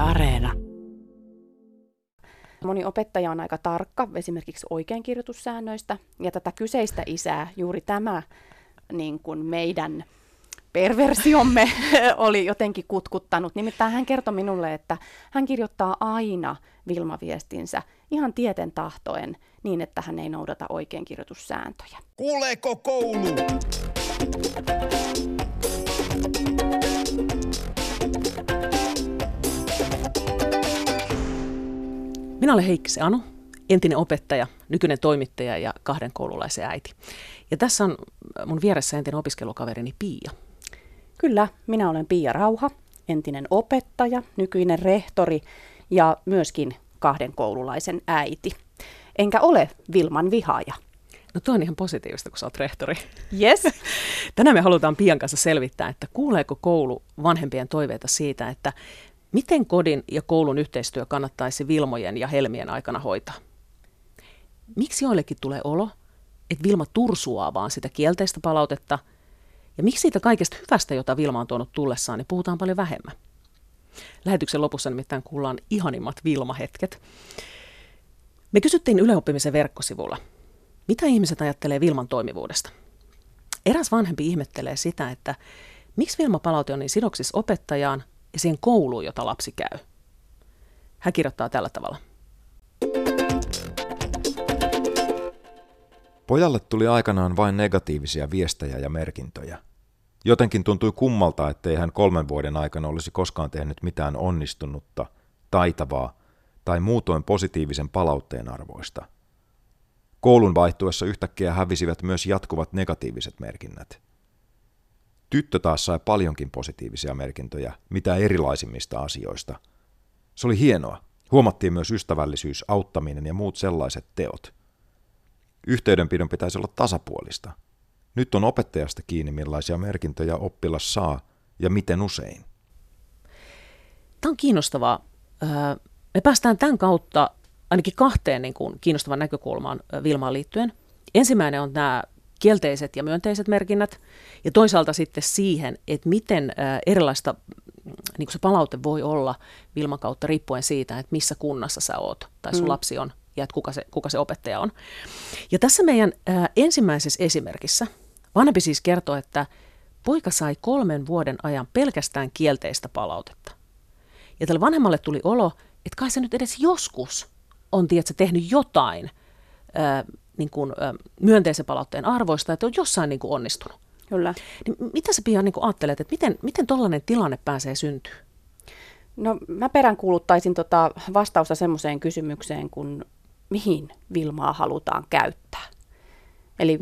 Areena. Moni opettaja on aika tarkka esimerkiksi oikeinkirjoitussäännöistä, ja tätä kyseistä isää juuri tämä niin kuin meidän perversiomme oli jotenkin kutkuttanut. Nimittäin hän kertoi minulle, että hän kirjoittaa aina Vilma-viestinsä ihan tieten tahtoen niin, että hän ei noudata oikeinkirjoitussääntöjä. Kuuleeko koulu? Minä olen Heikkisen Anu, entinen opettaja, nykyinen toimittaja ja 2 koululaisen äiti. Ja tässä on mun vieressä entinen opiskelukaverini Pia. Kyllä, minä olen Pia Rauha, entinen opettaja, nykyinen rehtori ja myöskin 2 koululaisen äiti. Enkä ole Vilman vihaaja. No tuo on ihan positiivista, kun sä oot rehtori. Yes. Tänään me halutaan Pian kanssa selvittää, että kuuleeko koulu vanhempien toiveita siitä, että miten kodin ja koulun yhteistyö kannattaisi Vilmojen ja Helmien aikana hoitaa? Miksi joillekin tulee olo, että Vilma tursuaa vaan sitä kielteistä palautetta, ja miksi siitä kaikesta hyvästä, jota Vilma on tuonut tullessaan, niin puhutaan paljon vähemmän? Lähetyksen lopussa nimittäin kuullaan ihanimmat Vilma-hetket. Me kysyttiin Yle Oppimisen verkkosivulla, mitä ihmiset ajattelee Vilman toimivuudesta. Eräs vanhempi ihmettelee sitä, että miksi Vilma-palaute on niin sidoksissa opettajaan ja siihen kouluun, jota lapsi käy. Hän kirjoittaa tällä tavalla. Pojalle tuli aikanaan vain negatiivisia viestejä ja merkintöjä. Jotenkin tuntui kummalta, ettei hän 3 vuoden aikana olisi koskaan tehnyt mitään onnistunutta, taitavaa tai muutoin positiivisen palautteen arvoista. Koulun vaihtuessa yhtäkkiä hävisivät myös jatkuvat negatiiviset merkinnät. Tyttö taas sai paljonkin positiivisia merkintöjä, mitä erilaisimmista asioista. Se oli hienoa. Huomattiin myös ystävällisyys, auttaminen ja muut sellaiset teot. Yhteydenpidon pitäisi olla tasapuolista. Nyt on opettajasta kiinni, millaisia merkintöjä oppilas saa ja miten usein. Tämä on kiinnostavaa. Me päästään tämän kautta ainakin 2 kiinnostavan näkökulmaan Vilmaan liittyen. Ensimmäinen on nämä kielteiset ja myönteiset merkinnät, ja toisaalta sitten siihen, että miten erilaista niin kuin se palaute voi olla Vilman kautta riippuen siitä, että missä kunnassa sä oot tai sun lapsi on ja että kuka se opettaja on. Ja tässä meidän ensimmäisessä esimerkissä vanhempi siis kertoo, että poika sai 3 vuoden ajan pelkästään kielteistä palautetta. Ja tälle vanhemmalle tuli olo, että kai se nyt edes joskus on tehnyt jotain myönteisen palautteen arvoista, että on jossain onnistunut. Kyllä. Niin mitä sä Pia ajattelet, että miten tollainen tilanne pääsee syntyy? No mä peräänkuuluttaisin vastausta semmoiseen kysymykseen, kuin mihin Vilmaa halutaan käyttää. Eli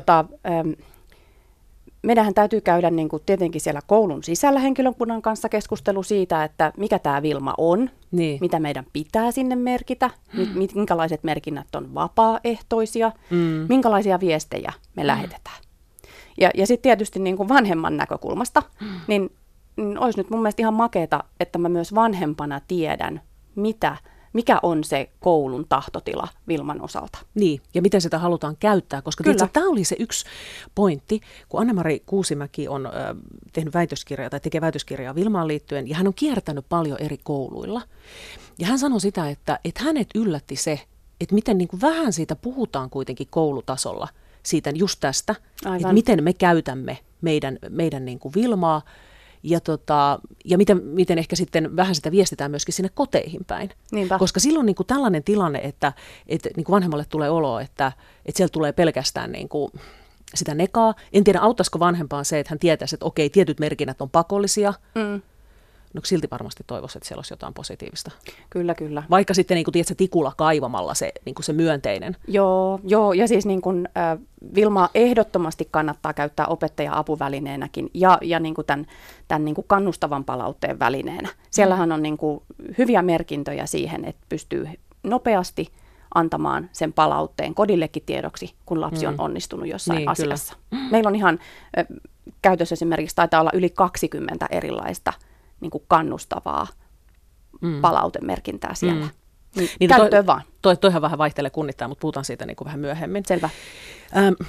meidänhän täytyy käydä tietenkin siellä koulun sisällä henkilökunnan kanssa keskustelu siitä, että mikä tämä Vilma on, mitä meidän pitää sinne merkitä, minkälaiset merkinnät on vapaaehtoisia, minkälaisia viestejä me lähetetään. Ja sitten tietysti vanhemman näkökulmasta, niin olisi nyt mun mielestä ihan makeata, että mä myös vanhempana tiedän, mikä on se koulun tahtotila Vilman osalta. Niin, ja miten sitä halutaan käyttää, koska tämä oli se yksi pointti, kun Anne-Mari Kuusimäki on tehnyt väitöskirjaa tai tekee väitöskirjaa Vilmaan liittyen, ja hän on kiertänyt paljon eri kouluilla. Ja hän sanoi sitä, että hänet yllätti se, että miten vähän siitä puhutaan kuitenkin koulutasolla, siitä just tästä, että miten me käytämme meidän Vilmaa, ja miten ehkä sitten vähän sitä viestitään myöskin sinne koteihin päin. Niinpä. Koska silloin tällainen tilanne, että vanhemmalle tulee olo, että sieltä tulee pelkästään sitä negaa. En tiedä, auttaisiko vanhempaan se, että hän tietäisi, että okei, tietyt merkinnät on pakollisia. No silti varmasti toivoisi, että siellä olisi jotain positiivista. Kyllä, kyllä. Vaikka sitten tikulla kaivamalla se myönteinen. Joo, ja siis Vilmaa ehdottomasti kannattaa käyttää opettaja-apuvälineenäkin ja tämän kannustavan palautteen välineenä. Siellähän on hyviä merkintöjä siihen, että pystyy nopeasti antamaan sen palautteen kodillekin tiedoksi, kun lapsi on onnistunut jossain asiassa. Meillä on ihan käytössä esimerkiksi, taitaa olla yli 20 erilaista kannustavaa palautemerkintää siellä. Niin käyttöön vaan. Toihan vähän vaihtelee kunnittain, mutta puhutaan siitä vähän myöhemmin. Selvä.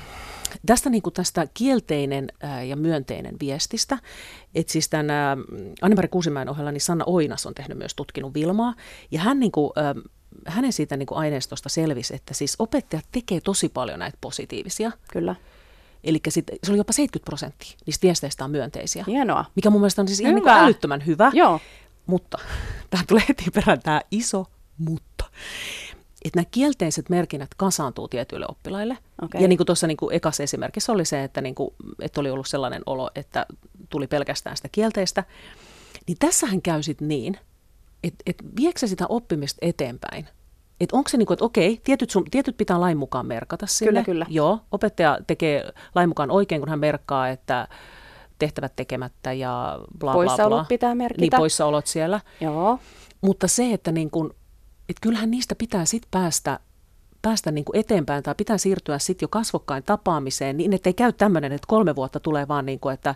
tästä kielteinen ja myönteinen viestistä, että siis tämän Anne-Mari Kuusimäen ohella niin Sanna Oinas on tehnyt tutkinut Vilmaa, ja hän hänen siitä aineistosta selvisi, että siis opettajat tekee tosi paljon näitä positiivisia. Kyllä. Eli se oli jopa 70% niistä viesteistä on myönteisiä. Hienoa. Mikä mun mielestä on siis ihan älyttömän hyvä. Joo. Mutta tähän tulee heti perään tämä iso mutta. Että nämä kielteiset merkinnät kasaantuu tietyille oppilaille. Okay. Ja niin kuin tuossa ekassa esimerkissä oli se, että, että oli ollut sellainen olo, että tuli pelkästään sitä kielteistä. Niin tässähän käy sitten niin, että viekö se sitä oppimista eteenpäin? Että onko se että okei, tietyt pitää lain mukaan merkata sinne. Kyllä, kyllä. Joo, opettaja tekee lain mukaan oikein, kun hän merkkaa, että tehtävät tekemätä ja bla bla bla. Poissaolot pitää merkitä. Niin, poissaolot siellä. Joo. Mutta se, että että kyllähän niistä pitää sitten päästä eteenpäin tai pitää siirtyä sitten jo kasvokkain tapaamiseen, niin ettei käy tämmöinen, että 3 vuotta tulee vaan että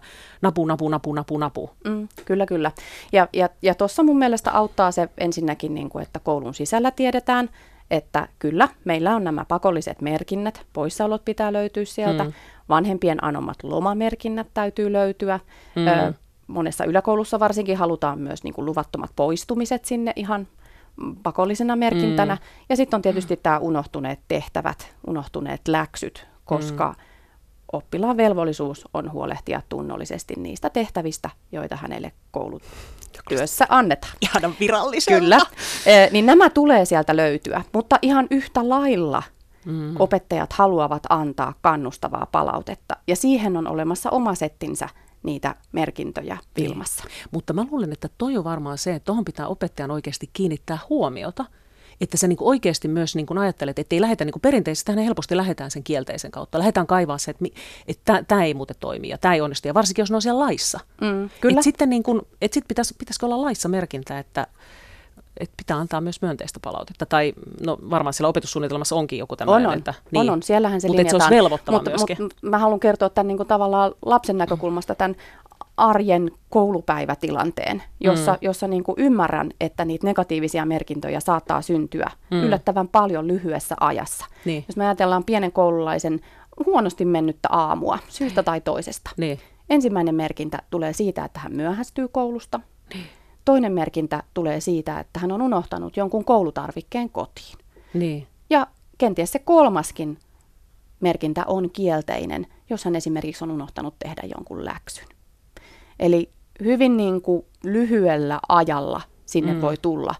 napu. Kyllä, kyllä. Ja tuossa mun mielestä auttaa se ensinnäkin, että koulun sisällä tiedetään, että kyllä, meillä on nämä pakolliset merkinnät, poissaolot pitää löytyä sieltä, vanhempien anomat lomamerkinnät täytyy löytyä. Monessa yläkoulussa varsinkin halutaan myös luvattomat poistumiset sinne ihan pakollisena merkintänä. Ja sitten on tietysti tämä unohtuneet tehtävät, unohtuneet läksyt, koska oppilaan velvollisuus on huolehtia tunnollisesti niistä tehtävistä, joita hänelle koulutyössä annetaan. Ihanan virallisella. Kyllä. Niin nämä tulee sieltä löytyä, mutta ihan yhtä lailla opettajat haluavat antaa kannustavaa palautetta. Ja siihen on olemassa oma settinsä niitä merkintöjä Vilmassa. Mutta mä luulen, että toi on varmaan se, että tuohon pitää opettajan oikeasti kiinnittää huomiota, että sä oikeasti myös ajattelet, että ei lähetä perinteisesti, tähän helposti lähdetään sen kielteisen kautta. Lähdetään kaivaa se, että tämä ei muuten toimi ja tämä ei onnistu, ja varsinkin jos ne on siellä laissa. Kyllä. Että sitten pitäisikö olla laissa merkintä, että pitää antaa myös myönteistä palautetta. Tai no varmaan siellä opetussuunnitelmassa onkin joku tämmöinen. On. Siellähän se linjataan. Mutta se olisi velvoittava myöskin. Mutta mä haluan kertoa tämän tavallaan lapsen näkökulmasta tämän arjen koulupäivätilanteen, jossa ymmärrän, että niitä negatiivisia merkintöjä saattaa syntyä yllättävän paljon lyhyessä ajassa. Niin. Jos me ajatellaan pienen koululaisen huonosti mennyttä aamua, syystä tai toisesta. Niin. Ensimmäinen merkintä tulee siitä, että hän myöhästyy koulusta. Niin. Toinen merkintä tulee siitä, että hän on unohtanut jonkun koulutarvikkeen kotiin. Niin. Ja kenties se kolmaskin merkintä on kielteinen, jos hän esimerkiksi on unohtanut tehdä jonkun läksyn. Eli hyvin lyhyellä ajalla sinne voi tulla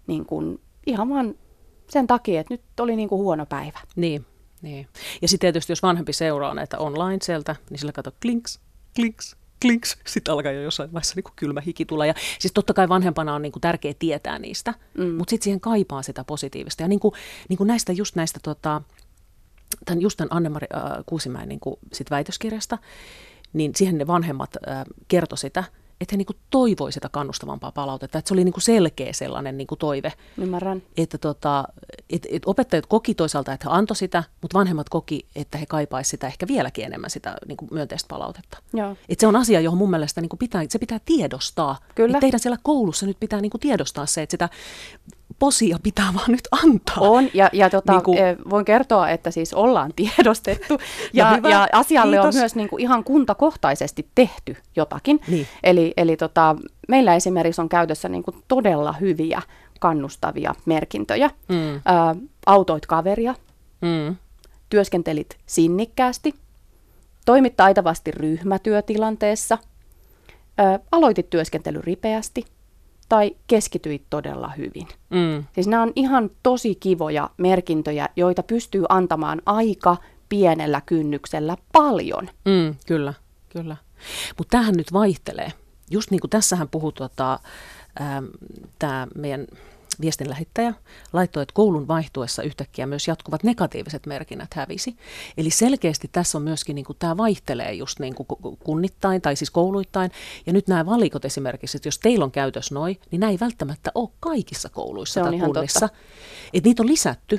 ihan vaan sen takia, että nyt oli huono päivä. Niin. Ja sitten tietysti, jos vanhempi seuraa näitä online sieltä, niin sillä katsoo klinks, klinks, klinks. Sitten alkaa jo jossain vaiheessa kylmä hiki tulla. Ja siis totta kai vanhempana on tärkeää tietää niistä, mutta sitten siihen kaipaa sitä positiivista. Ja näistä tämän Anne-Mari Kuusimäen sit väitöskirjasta, niin siihen ne vanhemmat kertoi sitä, että he toivoi sitä kannustavampaa palautetta, että se oli selkeä sellainen toive. Ymmärrän. Että opettajat koki toisaalta, että he antoi sitä, mutta vanhemmat koki, että he kaipaisivat sitä ehkä vieläkin enemmän sitä myönteistä palautetta. Joo. Että se on asia, johon mun mielestä se pitää tiedostaa. Kyllä. Että teidän siellä koulussa nyt pitää tiedostaa se, että sitä posia pitää vaan nyt antaa. On, ja voin kertoa, että siis ollaan tiedostettu, ja asialle Kiitos. On myös ihan kuntakohtaisesti tehty jotakin. Niin. Eli meillä esimerkiksi on käytössä todella hyviä kannustavia merkintöjä. Autoit kaveria, työskentelit sinnikkäästi, toimit taitavasti ryhmätyötilanteessa, aloitit työskentely ripeästi, tai keskityit todella hyvin. Siis nämä on ihan tosi kivoja merkintöjä, joita pystyy antamaan aika pienellä kynnyksellä paljon. Kyllä. Mutta tämähän nyt vaihtelee. Just niin kuin tässähän puhuu tämä meidän viestinlähettäjä laittoi, että koulun vaihtuessa yhtäkkiä myös jatkuvat negatiiviset merkinnät hävisi. Eli selkeästi tässä on myöskin, tämä vaihtelee just kunnittain tai siis kouluittain. Ja nyt nämä valikot esimerkiksi, että jos teillä on käytössä noi, niin nämä ei välttämättä ole kaikissa kouluissa tai kunnissa. Että niitä on lisätty.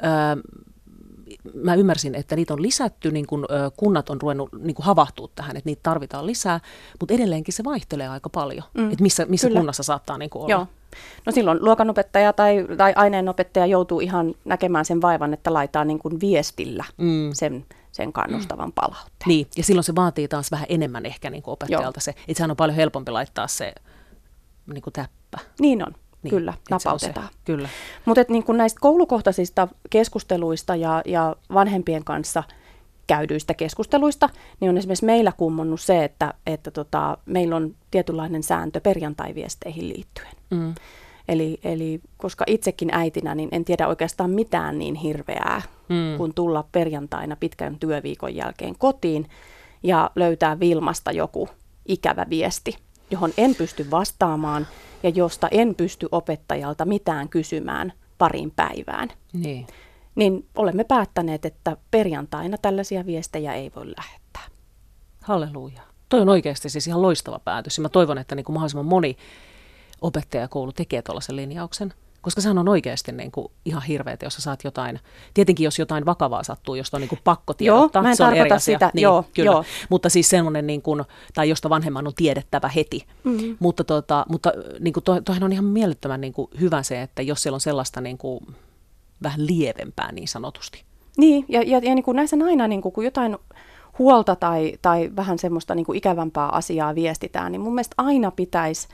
Mä ymmärsin, että niitä on lisätty, niin kun kunnat on ruvennut havahtua tähän, että niitä tarvitaan lisää, mutta edelleenkin se vaihtelee aika paljon, että missä kunnassa saattaa olla. Joo. No silloin luokanopettaja tai aineenopettaja joutuu ihan näkemään sen vaivan, että laittaa niin kuin viestillä sen kannustavan palautteen. Niin, ja silloin se vaatii taas vähän enemmän ehkä niin kuin opettajalta se, että sehän on paljon helpompi laittaa se niin kuin täppä. Niin on, niin, kyllä, napautetaan. Kyllä. Mutta niin kuin näistä koulukohtaisista keskusteluista ja vanhempien kanssa käydyistä keskusteluista, niin on esimerkiksi meillä kummonnut se, että meillä on tietynlainen sääntö perjantaiviesteihin liittyen. Eli koska itsekin äitinä, niin en tiedä oikeastaan mitään niin hirveää, kun tulla perjantaina pitkän työviikon jälkeen kotiin ja löytää Vilmasta joku ikävä viesti, johon en pysty vastaamaan ja josta en pysty opettajalta mitään kysymään pariin päivään. Niin olemme päättäneet, että perjantaina tällaisia viestejä ei voi lähettää. Halleluja. Toi on oikeasti siis ihan loistava päätös. Ja mä toivon, että niin kuin mahdollisimman moni opettajakoulu tekee tuollaisen linjauksen. Koska sehän on oikeasti niin kuin ihan hirveätä, jos sä saat jotain, tietenkin jos jotain vakavaa sattuu, josta on niin kuin pakko tiedottaa, mä en se on eri asia. sitä. Niin, Joo, kyllä. joo. Mutta siis semmoinen, niin kuin, tai josta vanhemman on tiedettävä heti. Mutta niin kuin toihan on ihan mielettömän niin kuin hyvä se, että jos siellä on sellaista niin kuin vähän lievempää niin sanotusti. Niin, ja niin kuin näissä aina, niin kuin, kun jotain huolta tai vähän semmoista niin kuin ikävämpää asiaa viestitään, niin mun mielestä aina pitäisi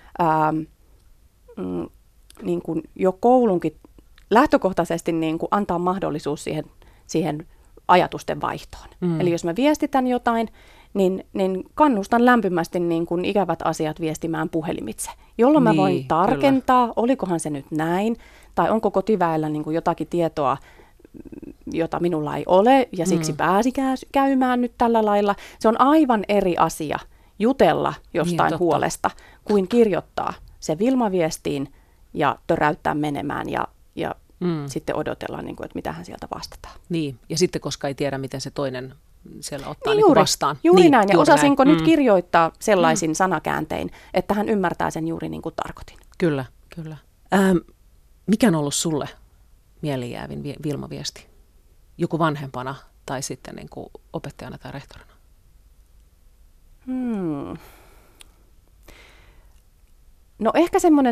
niin kuin jo koulunkin lähtökohtaisesti niin kuin antaa mahdollisuus siihen ajatusten vaihtoon. Eli jos mä viestitän jotain, niin kannustan lämpimästi niin kuin ikävät asiat viestimään puhelimitse, jolloin mä voin tarkentaa, kyllä. Olikohan se nyt näin, tai onko kotiväellä niin kuin jotakin tietoa, jota minulla ei ole, ja siksi pääsi käymään nyt tällä lailla. Se on aivan eri asia jutella jostain huolesta, kuin kirjoittaa se Vilma-viestiin ja töräyttää menemään ja sitten odotella, niin kuin, että mitähän sieltä vastataan. Niin, ja sitten koska ei tiedä, miten se toinen siellä ottaa niin vastaan. Juuri niin, näin, ja osasinko nyt kirjoittaa sellaisin sanakääntein, että hän ymmärtää sen juuri niin kuin tarkoitin. Kyllä. Mikä on ollut sulle mieleenjäävin Vilma-viesti? Joku vanhempana tai sitten niin kuin opettajana tai rehtorina? No ehkä semmoinen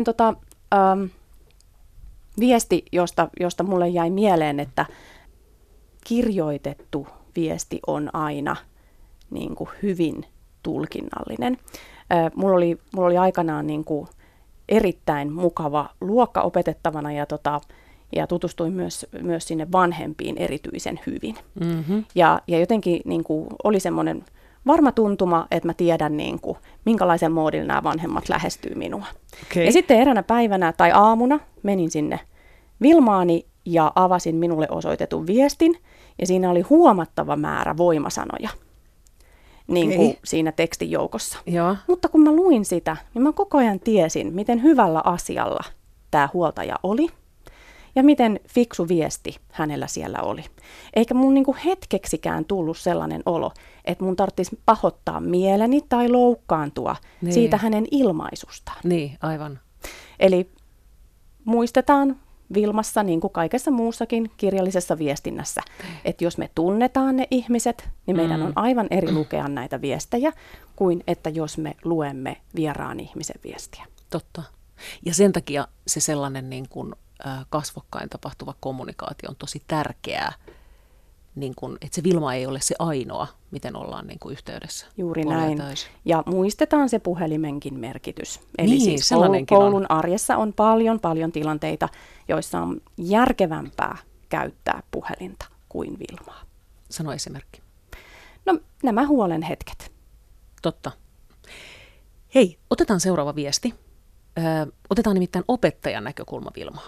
viesti, josta mulle jäi mieleen, että kirjoitettu viesti on aina niin kuin hyvin tulkinnallinen. Mulla oli aikanaan niin kuin erittäin mukava luokka opetettavana ja tutustuin myös sinne vanhempiin erityisen hyvin. Ja jotenkin niin kuin oli semmoinen varma tuntuma, että mä tiedän, niin kuin, minkälaisen moodilla nämä vanhemmat lähestyy minua. Okay. Ja sitten eräänä päivänä tai aamuna menin sinne Vilmaani ja avasin minulle osoitetun viestin. Ja siinä oli huomattava määrä voimasanoja niin kuin siinä tekstin joukossa. Joo. Mutta kun mä luin sitä, niin mä koko ajan tiesin, miten hyvällä asialla tämä huoltaja oli. Ja miten fiksu viesti hänellä siellä oli. Eikä mun niinku hetkeksikään tullut sellainen olo, että mun tarvitsisi pahoittaa mieleni tai loukkaantua siitä hänen ilmaisustaan. Niin, aivan. Eli muistetaan Vilmassa, niin kuin kaikessa muussakin kirjallisessa viestinnässä, että jos me tunnetaan ne ihmiset, niin meidän on aivan eri lukea näitä viestejä, kuin että jos me luemme vieraan ihmisen viestiä. Totta. Ja sen takia se sellainen niin kuin kasvokkain tapahtuva kommunikaatio on tosi tärkeää, niin kun, että se Vilma ei ole se ainoa, miten ollaan niin kuin yhteydessä. Juuri näin. Ja muistetaan se puhelimenkin merkitys. Eli niin, siis koulun arjessa on paljon tilanteita, joissa on järkevämpää käyttää puhelinta kuin Vilmaa. Sano esimerkki. No nämä huolen hetket. Totta. Hei, otetaan seuraava viesti. Otetaan nimittäin opettajan näkökulma Vilmaa.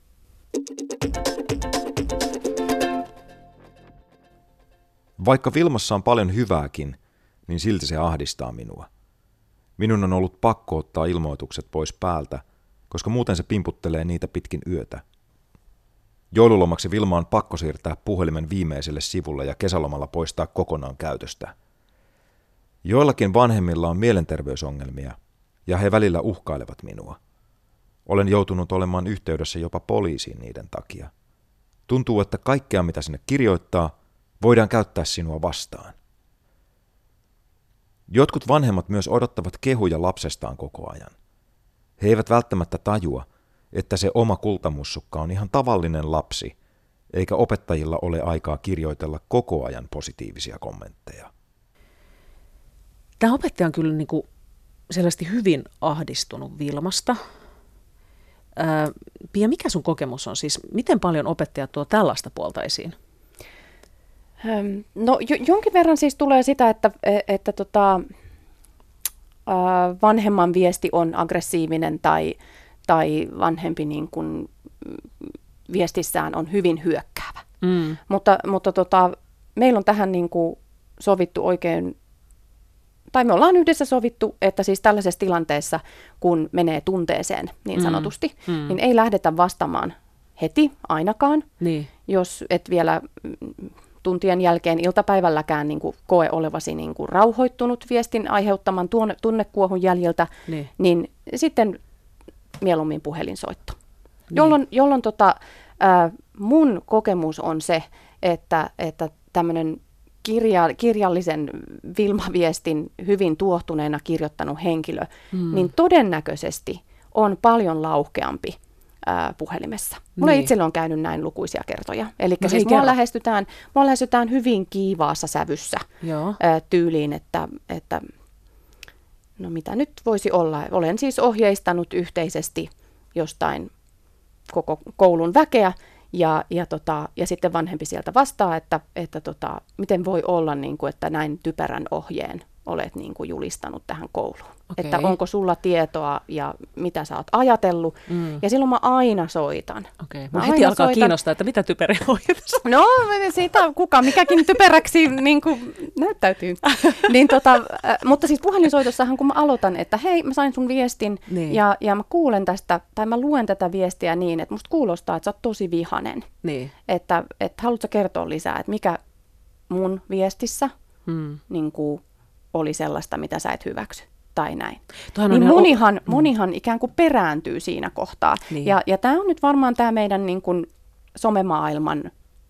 Vaikka Vilmassa on paljon hyvääkin, niin silti se ahdistaa minua. Minun on ollut pakko ottaa ilmoitukset pois päältä, koska muuten se pimputtelee niitä pitkin yötä. Joululomaksi Vilma on pakko siirtää puhelimen viimeiselle sivulle ja kesälomalla poistaa kokonaan käytöstä. Joillakin vanhemmilla on mielenterveysongelmia, ja he välillä uhkailevat minua. Olen joutunut olemaan yhteydessä jopa poliisiin niiden takia. Tuntuu, että kaikkea mitä sinne kirjoittaa, voidaan käyttää sinua vastaan. Jotkut vanhemmat myös odottavat kehuja lapsestaan koko ajan. He eivät välttämättä tajua, että se oma kultamussukka on ihan tavallinen lapsi, eikä opettajilla ole aikaa kirjoitella koko ajan positiivisia kommentteja. Tämä opettaja on kyllä niin kuin selvästi hyvin ahdistunut Vilmasta. Pia, mikä sun kokemus on? Siis miten paljon opettajat tuo tällaista puolta esiin? No jonkin verran siis tulee sitä, että vanhemman viesti on aggressiivinen tai vanhempi niin kuin viestissään on hyvin hyökkäävä. Mutta meillä on tähän niin kuin sovittu oikein, tai me ollaan yhdessä sovittu, että siis tällaisessa tilanteessa, kun menee tunteeseen niin sanotusti, niin ei lähdetä vastaamaan heti ainakaan, jos et vielä tuntien jälkeen iltapäivälläkään niin kuin koe olevasi niin kuin rauhoittunut viestin aiheuttaman tunnekuohun jäljiltä, niin sitten mieluummin puhelinsoitto. Jolloin mun kokemus on se, että tämmöinen kirjallisen Vilma-viestin hyvin tuohtuneena kirjoittanut henkilö, niin todennäköisesti on paljon lauhkeampi puhelimessa. Mulle itselle on käynyt näin lukuisia kertoja. Eli siis mua lähestytään hyvin kiivaassa sävyssä tyyliin, että no mitä nyt voisi olla. Olen siis ohjeistanut yhteisesti jostain koko koulun väkeä ja sitten vanhempi sieltä vastaa, että miten voi olla, niin kuin, että näin typerän ohjeen olet niin kuin julistanut tähän kouluun. Okay. Että onko sulla tietoa ja mitä sä oot ajatellut. Ja silloin mä aina soitan. Okay. Mä heti alkaa kiinnostaa, että mitä typeriä ohjeita. No siitä mikäkin typeräksi niin kuin näyttäytyy. Mutta siis puhelinsoitossahan kun mä aloitan, että hei mä sain sun viestin ja mä kuulen tästä tai mä luen tätä viestiä niin, että musta kuulostaa, että sä oot tosi vihanen. Että haluatko kertoa lisää, että mikä mun viestissä niin kuin oli sellaista, mitä sä et hyväksy, tai näin. Niin monihan ikään kuin perääntyy siinä kohtaa. Niin. Ja tämä on nyt varmaan tämä meidän niin kuin somemaailman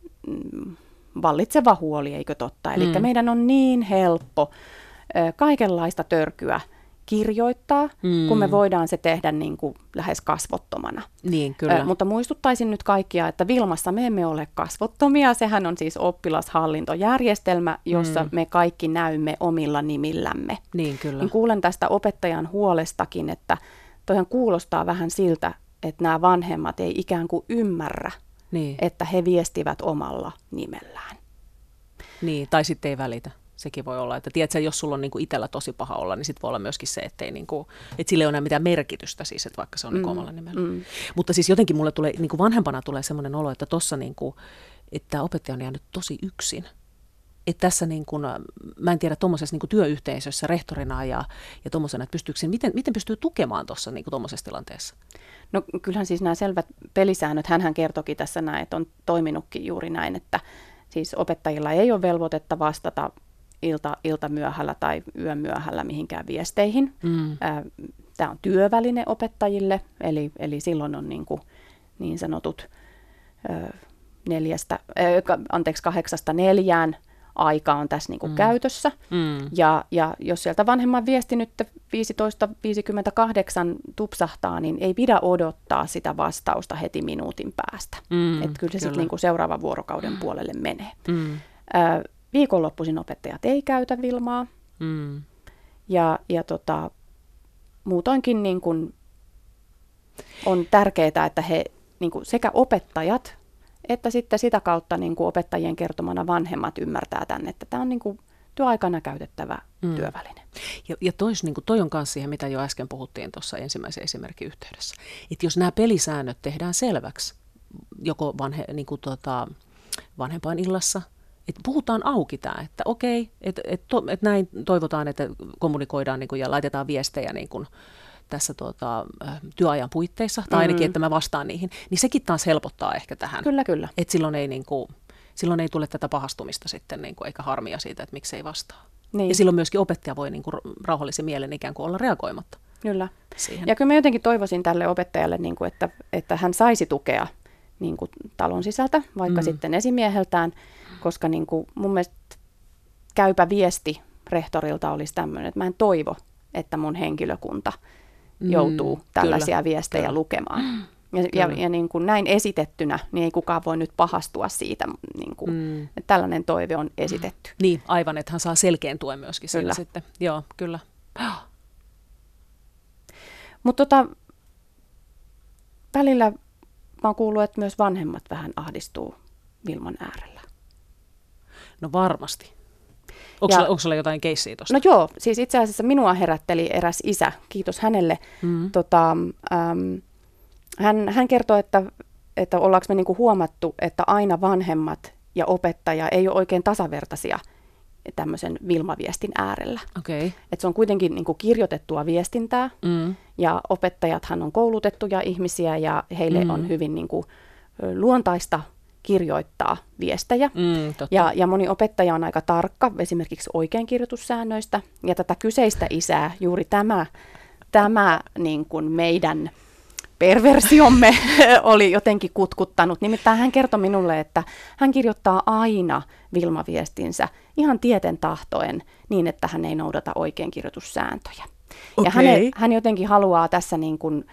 vallitseva huoli, eikö totta? Eli meidän on niin helppo kaikenlaista törkyä kirjoittaa, kun me voidaan se tehdä niin kuin lähes kasvottomana. Niin, kyllä. Mutta muistuttaisin nyt kaikkia, että Vilmassa me emme ole kasvottomia. Sehän on siis oppilashallintojärjestelmä, jossa me kaikki näymme omilla nimillämme. Niin, kyllä. Niin kuulen tästä opettajan huolestakin, että toihan kuulostaa vähän siltä, että nämä vanhemmat ei ikään kuin ymmärrä, että he viestivät omalla nimellään. Niin, tai sitten ei välitä. Sekin voi olla, että tiedätkö, jos sulla on niinku itsellä tosi paha olla, niin sitten voi olla myöskin se, että sillä ei ole enää mitään merkitystä, siis, että vaikka se on niinku omalla nimellä. Mutta siis jotenkin mulle tulee, niinku vanhempana tulee sellainen olo, että tuossa niinku, että opettaja on jäänyt tosi yksin. Että tässä, niinku, mä en tiedä, tuommoisessa niinku työyhteisössä rehtorina ja tuommoisena, että miten pystyy tukemaan tuossa niinku tuommoisessa tilanteessa? No kyllähän siis nämä selvät pelisäännöt, hänhän kertoki tässä näin, että on toiminutkin juuri näin, että siis opettajilla ei ole velvoitetta vastata iltamyöhällä tai yömyöhällä mihinkään viesteihin. Tämä on työväline opettajille, eli silloin on niin sanotut 8-4 aika on tässä käytössä. Ja jos sieltä vanhemman viesti nyt 15.58 tupsahtaa, niin ei pidä odottaa sitä vastausta heti minuutin päästä. Että kyllä se sitten seuraavan vuorokauden puolelle menee. Viikonloppuisin opettajat ei käytä Vilmaa. Ja muutoinkin niin kuin on tärkeää, että he niin kuin sekä opettajat että sitten sitä kautta niin kuin opettajien kertomana vanhemmat ymmärtää tämän, että tämä on niin kuin työaikana käytettävä työväline. Ja toi on myös siihen, mitä jo äsken puhuttiin tuossa ensimmäisen esimerkin yhteydessä. Että jos nämä pelisäännöt tehdään selväksi, joko vanhempain illassa, että puhutaan auki tämä, että okei, että näin toivotaan, että kommunikoidaan niin kuin, ja laitetaan viestejä niin kuin tässä työajan puitteissa, tai ainakin, että mä vastaan niihin, niin sekin taas helpottaa ehkä tähän. Kyllä. Että silloin ei tule tätä pahastumista sitten, niin kuin, eikä harmia siitä, että miksi ei vastaa. Niin. Ja silloin myöskin opettaja voi niin kuin rauhallisen mielen ikään kuin olla reagoimatta. Kyllä. Siihen. Ja kyllä mä jotenkin toivoisin tälle opettajalle, niin kuin, että hän saisi tukea niin kuin talon sisältä, vaikka sitten esimieheltään, koska niin kuin mun mielestä käypä viesti rehtorilta olisi tämmöinen, että mä en toivo, että mun henkilökunta joutuu tällaisia kyllä, viestejä kyllä. lukemaan. Ja niin kuin näin esitettynä, niin ei kukaan voi nyt pahastua siitä, niin kuin, että tällainen toive on esitetty. Niin, aivan, että hän saa selkeän tuen myöskin sillä sitten. Joo, kyllä. Mutta välillä mä oon kuullut, että myös vanhemmat vähän ahdistuu Vilman äärellä. No varmasti. Onko sulla jotain keissiä tuosta? No joo, siis itse asiassa minua herätteli eräs isä, kiitos hänelle. Hän kertoi, että ollaanko me niinku huomattu, että aina vanhemmat ja opettaja ei ole oikein tasavertaisia tämmöisen Vilma-viestin äärellä. Okay. Että se on kuitenkin niinku kirjoitettua viestintää, ja opettajathan on koulutettuja ihmisiä, ja heille on hyvin niinku luontaista kirjoittaa viestejä. Ja moni opettaja on aika tarkka esimerkiksi oikeinkirjoitussäännöistä, ja tätä kyseistä isää juuri tämä niin kuin meidän perversiomme oli jotenkin kutkuttanut. Nimittäin hän kertoi minulle, että hän kirjoittaa aina Vilma-viestinsä ihan tieten tahtoen niin, että hän ei noudata oikeinkirjoitussääntöjä. Okay. Ja hän jotenkin haluaa tässä niin kuin,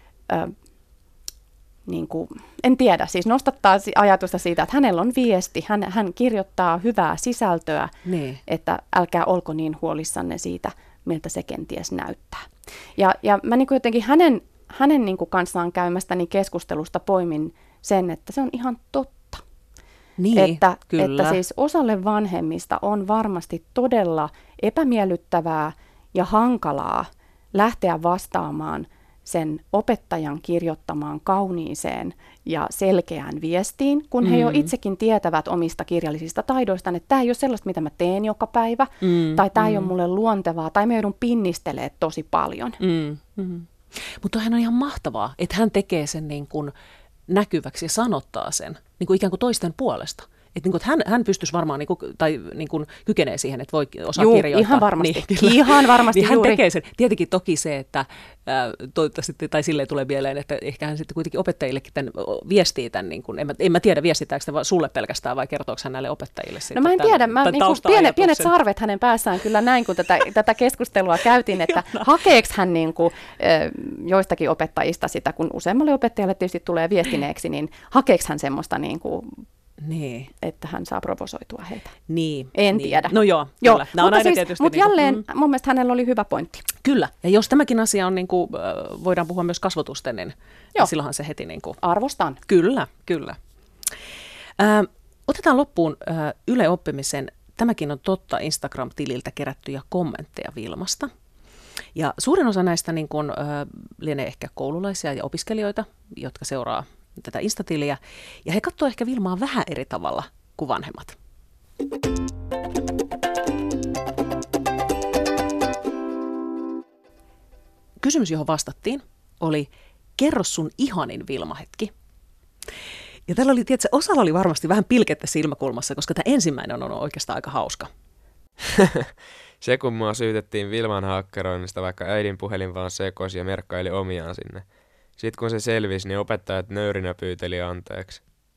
en tiedä, siis nostattaa ajatusta siitä, että hänellä on viesti, hän kirjoittaa hyvää sisältöä, että älkää olko niin huolissanne siitä, miltä se kenties näyttää. Ja mä niin kuin jotenkin hänen niin kuin kanssaan käymästäni keskustelusta poimin sen, että se on ihan totta. Niin, että siis osalle vanhemmista on varmasti todella epämiellyttävää ja hankalaa lähteä vastaamaan sen opettajan kirjoittamaan kauniiseen ja selkeään viestiin, kun he jo itsekin tietävät omista kirjallisista taidoistaan, että tämä ei ole sellaista, mitä mä teen joka päivä, tai tämä ei ole mulle luontevaa, tai mä joudun pinnistelemään tosi paljon. Mutta hän on ihan mahtavaa, että hän tekee sen niin kuin näkyväksi ja sanottaa sen niin kuin ikään kuin toisten puolesta. Että niin hän pystyisi varmaan, niin kuin kykenee siihen, että voi osaa kirjoittaa. Ihan varmasti. Niin, ihan varmasti niin juuri. Hän tekee sen. Tietenkin toki se, että toivottavasti, tai silleen tulee mieleen, että ehkä hän sitten kuitenkin opettajillekin viestii tämän, niin kuin, en mä tiedä, viestitäänkö se sulle pelkästään vai kertooko hän näille opettajille sitten. No mä en tiedä, niin pienet sarvet hänen päässään kyllä näin, kun tätä keskustelua käytiin, että hakeeko hän niin kuin, joistakin opettajista sitä, kun useammalle opettajalle tietysti tulee viestineeksi, niin hakeeko hän semmoista niin kuin, niin, että hän saa provosoitua heitä. Niin, en tiedä. No joo. Mutta jälleen mun mielestä hänellä oli hyvä pointti. Kyllä, ja jos tämäkin asia on, niin kuin, voidaan puhua myös kasvotusten, niin silloinhan se heti... Niin kuin, arvostan. Kyllä. Otetaan loppuun Yle Oppimisen, tämäkin on totta, Instagram-tililtä kerättyjä kommentteja Vilmasta. Ja suurin osa näistä niin kuin, lienee ehkä koululaisia ja opiskelijoita, jotka seuraa tätä Instatiliä, ja he katsoo ehkä Vilmaa vähän eri tavalla kuin vanhemmat. Kysymys, johon vastattiin, oli, kerro sun ihanin Vilma-hetki. Ja tällä oli, tiedätkö, osalla oli varmasti vähän pilkettä silmäkulmassa, koska tämä ensimmäinen on oikeastaan aika hauska. Se, kun mua syytettiin Vilman hakkeroinnista, vaikka äidin puhelin vaan sekosi ja merkkaili omiaan sinne. Sitten kun se selvisi, niin opettajat nöyrinä pyyteli anteeksi.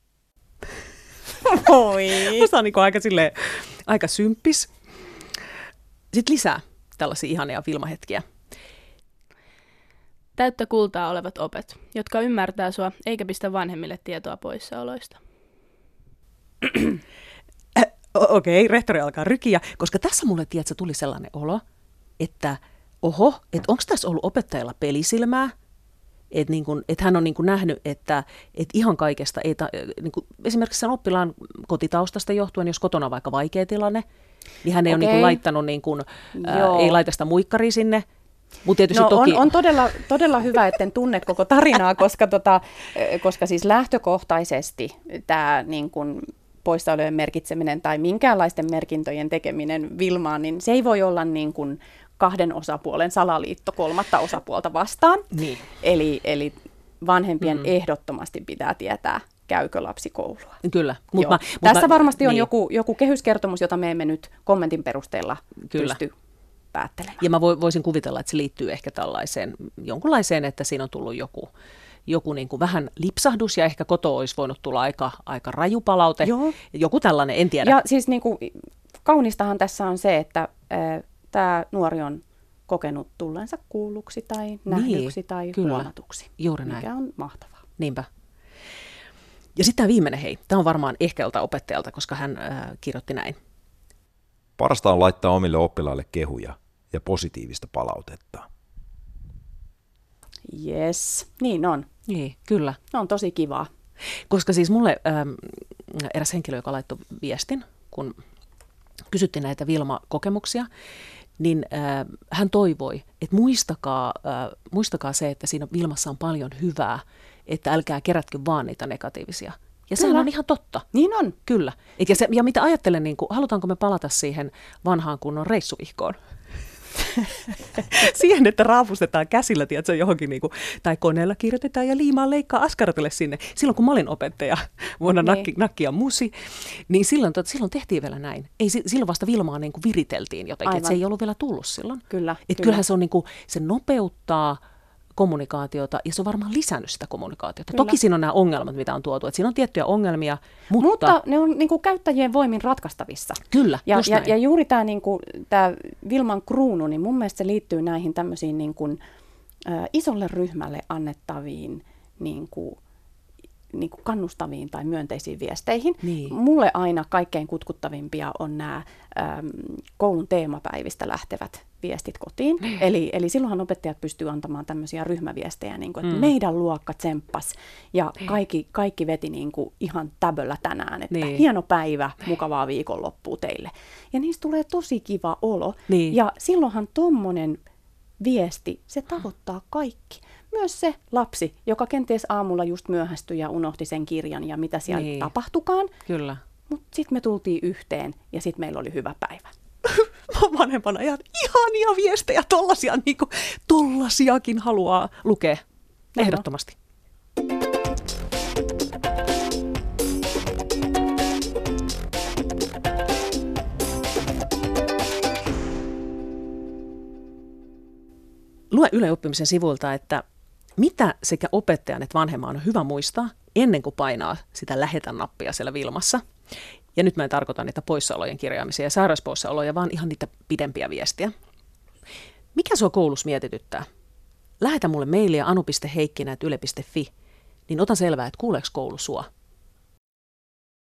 Oi. Osa on niin aika symppis. Sitten lisää tällaisia ihania Vilma-hetkiä. Täyttä kultaa olevat opet, jotka ymmärtää sua eikä pistä vanhemmille tietoa poissaoloista. Okei, rehtori alkaa rykiä, koska tässä mulle tiedätkö, tuli sellainen olo, että onko tässä ollut opettajalla pelisilmää? Että hän on niin kuin nähnyt, että ihan kaikesta, niin kuin esimerkiksi sen oppilaan kotitaustasta johtuen, jos kotona on vaikka vaikea tilanne, niin hän ei ole niin kuin laittanut, ei laita sitä muikkaria sinne. Mut no, toki... on todella hyvä, etten tunne koko tarinaa, koska siis lähtökohtaisesti tämä niin kuin poissaolojen merkitseminen tai minkäänlaisten merkintöjen tekeminen Vilmaan, niin se ei voi olla niin kuin kahden osapuolen salaliitto kolmatta osapuolta vastaan. Niin. Eli vanhempien ehdottomasti pitää tietää, käykö lapsi koulua. Kyllä. Tässä varmasti on joku kehyskertomus, jota me emme nyt kommentin perusteella pysty päättelemään. Ja mä voisin kuvitella, että se liittyy ehkä jonkunlaiseen, että siinä on tullut joku niin kuin vähän lipsahdus, ja ehkä koto olisi voinut tulla aika raju palaute. Joo. Joku tällainen, en tiedä. Ja siis niin kuin, kaunistahan tässä on se, että tämä nuori on kokenut tullensa kuulluksi tai nähdyksi tai kyllä. huomatuksi, Juuri näin. mikä on mahtavaa. Niinpä. Ja sitten tämä viimeinen tämä on varmaan ehkä joltain opettajalta, koska hän kirjoitti näin. Parasta on laittaa omille oppilaille kehuja ja positiivista palautetta. Yes, niin on. Niin, kyllä. Se on tosi kivaa. Koska siis mulle eräs henkilö, joka laittoi viestin, kun kysyttiin näitä Vilma-kokemuksia, niin hän toivoi, että muistakaa se, että siinä Vilmassa on paljon hyvää, että älkää kerätkö vaan niitä negatiivisia. Ja sehän on ihan totta. Niin on. Kyllä. Ja mitä ajattelen, niin kuin, halutaanko me palata siihen vanhaan kunnon reissuvihkoon? Siihen, että raapustetaan käsillä, tiedätkö, johonkin, niin kuin, tai koneella kirjoitetaan ja liimaa leikkaa askartele sinne. Silloin kun mä olin opettaja vuonna Nakki ja Musi, niin silloin tehtiin vielä näin. Ei, silloin vasta Vilmaa niin kuin viriteltiin jotenkin, että se ei ollut vielä tullut silloin. Kyllä. Kyllähän se on niin kuin, se nopeuttaa kommunikaatiota, ja se on varmaan lisännyt sitä kommunikaatiota. Kyllä. Toki siinä on nämä ongelmat, mitä on tuotu, että siinä on tiettyjä ongelmia, mutta ne on niin kuin käyttäjien voimin ratkaistavissa. Kyllä, ja juuri tämä niin kuin, Vilman kruunu, niin mun mielestä se liittyy näihin tämmöisiin niin kuin, isolle ryhmälle annettaviin niin kuin kannustaviin tai myönteisiin viesteihin. Niin. Mulle aina kaikkein kutkuttavimpia on nämä koulun teemapäivistä lähtevät viestit kotiin. Eli silloinhan opettajat pystyy antamaan tämmöisiä ryhmäviestejä, niin kuin, että meidän luokka tsemppas ja kaikki veti niin kuin ihan täböllä tänään, että hieno päivä, mukavaa viikonloppua teille. Ja niistä tulee tosi kiva olo. Niin. Ja silloinhan tommonen viesti, se tavoittaa kaikki. Myös se lapsi, joka kenties aamulla just myöhästyi ja unohti sen kirjan ja mitä siellä tapahtukaan. Kyllä. Mutta sitten me tultiin yhteen ja sitten meillä oli hyvä päivä. Vanhempana ihania viestejä, tollasiakin haluaa lukea. Ehdottomasti. Lue Yle Oppimisen sivuilta, että mitä sekä opettajan että vanhemman on hyvä muistaa ennen kuin painaa sitä lähetä-nappia siellä Vilmassa. Ja nyt mä en tarkoita niitä poissaolojen kirjaamisia ja sairauspoissaoloja, vaan ihan niitä pidempiä viestiä. Mikä sua koulussa mietityttää? Lähetä mulle mailia anu.heikki@yle.fi, niin otan selvää, että kuuleeko koulu sua.